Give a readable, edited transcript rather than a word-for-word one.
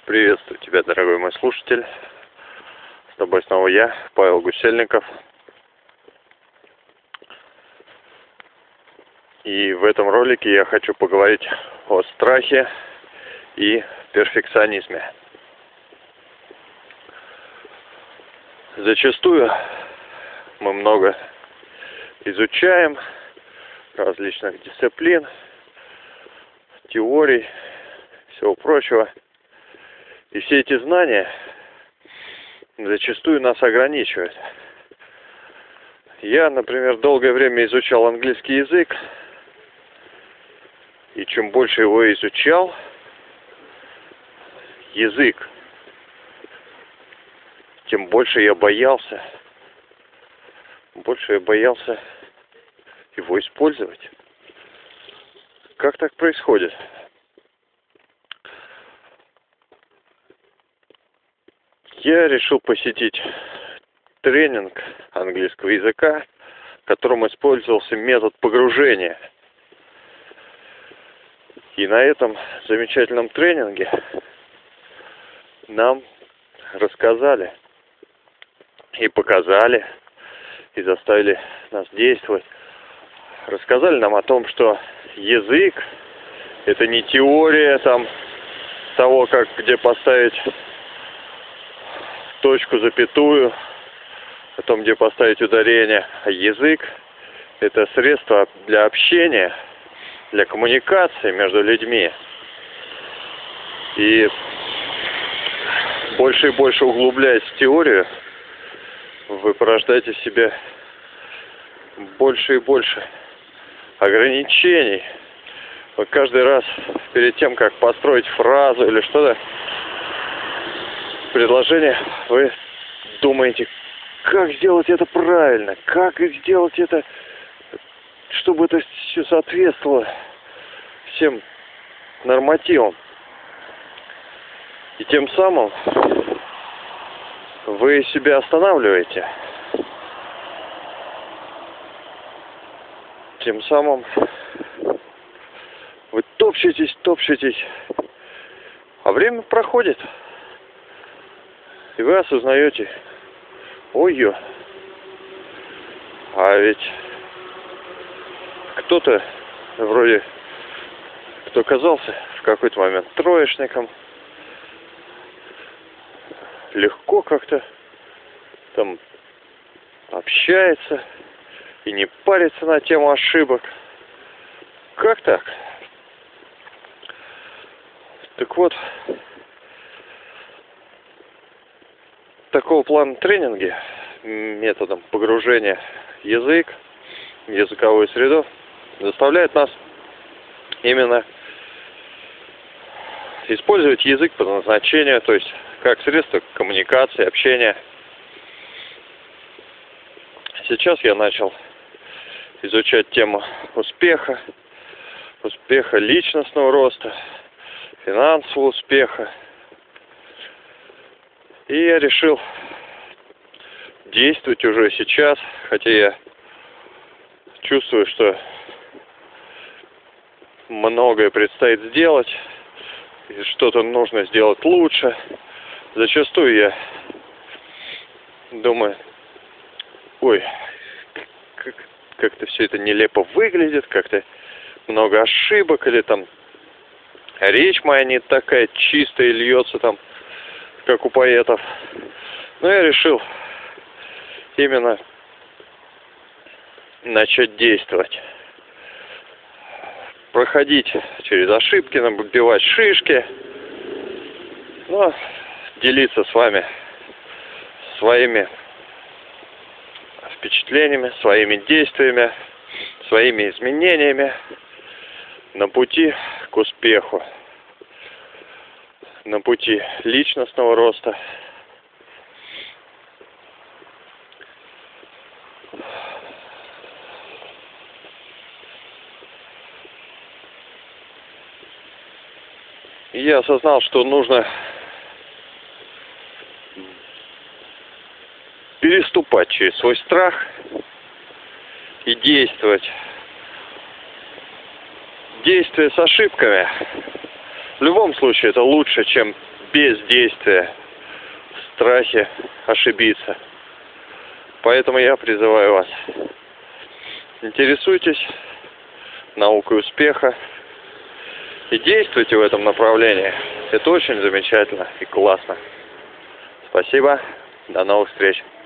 Приветствую тебя, дорогой мой слушатель. С тобой снова я, Павел Гусельников. И в этом ролике я хочу поговорить о страхе и перфекционизме. Зачастую мы много изучаем различных дисциплин, теорий, всего прочего. И все эти знания зачастую нас ограничивают. Я, например, долгое время изучал английский язык, и чем больше его изучал, язык, тем больше я боялся его использовать. Как так происходит? Я решил посетить тренинг английского языка, в котором использовался метод погружения. И на этом замечательном тренинге нам рассказали и показали, и заставили нас действовать. Рассказали нам о том, что язык – это не теория того, где поставить точку, запятую, о том, где поставить ударение. А язык – это средство для общения, для коммуникации между людьми. И больше и больше углубляясь в теорию, вы порождаете в себе больше и больше ограничений. Вы каждый раз перед тем, как построить фразу или что-то, предложение, вы думаете, как сделать это правильно, как сделать это, чтобы это все соответствовало всем нормативам. И тем самым вы себя останавливаете. Тем самым вы топчетесь, а время проходит. И вы осознаете, ой-ё, а ведь кто-то вроде, кто казался в какой-то момент троечником, легко как-то там общается и не парится на тему ошибок. Как так? Так вот, такого плана тренинги методом погружения в языковую среду заставляет нас именно использовать язык по назначению, то есть как средство коммуникации, общения. Сейчас я начал изучать тему успеха личностного роста, финансового успеха. И я решил действовать уже сейчас, хотя я чувствую, что многое предстоит сделать, и что-то нужно сделать лучше. Зачастую я думаю, ой, как-то все это нелепо выглядит, как-то много ошибок, или там речь моя не такая чистая, льется там, как у поэтов. Но я решил именно начать действовать. Проходить через ошибки, набивать шишки. Но делиться с вами своими впечатлениями, своими действиями, своими изменениями на пути к успеху, на пути личностного роста. И я осознал, что нужно переступать через свой страх и действовать. Действие с ошибками в любом случае это лучше, чем бездействия, в страхе ошибиться. Поэтому я призываю вас, интересуйтесь наукой успеха и действуйте в этом направлении. Это очень замечательно и классно. Спасибо. До новых встреч.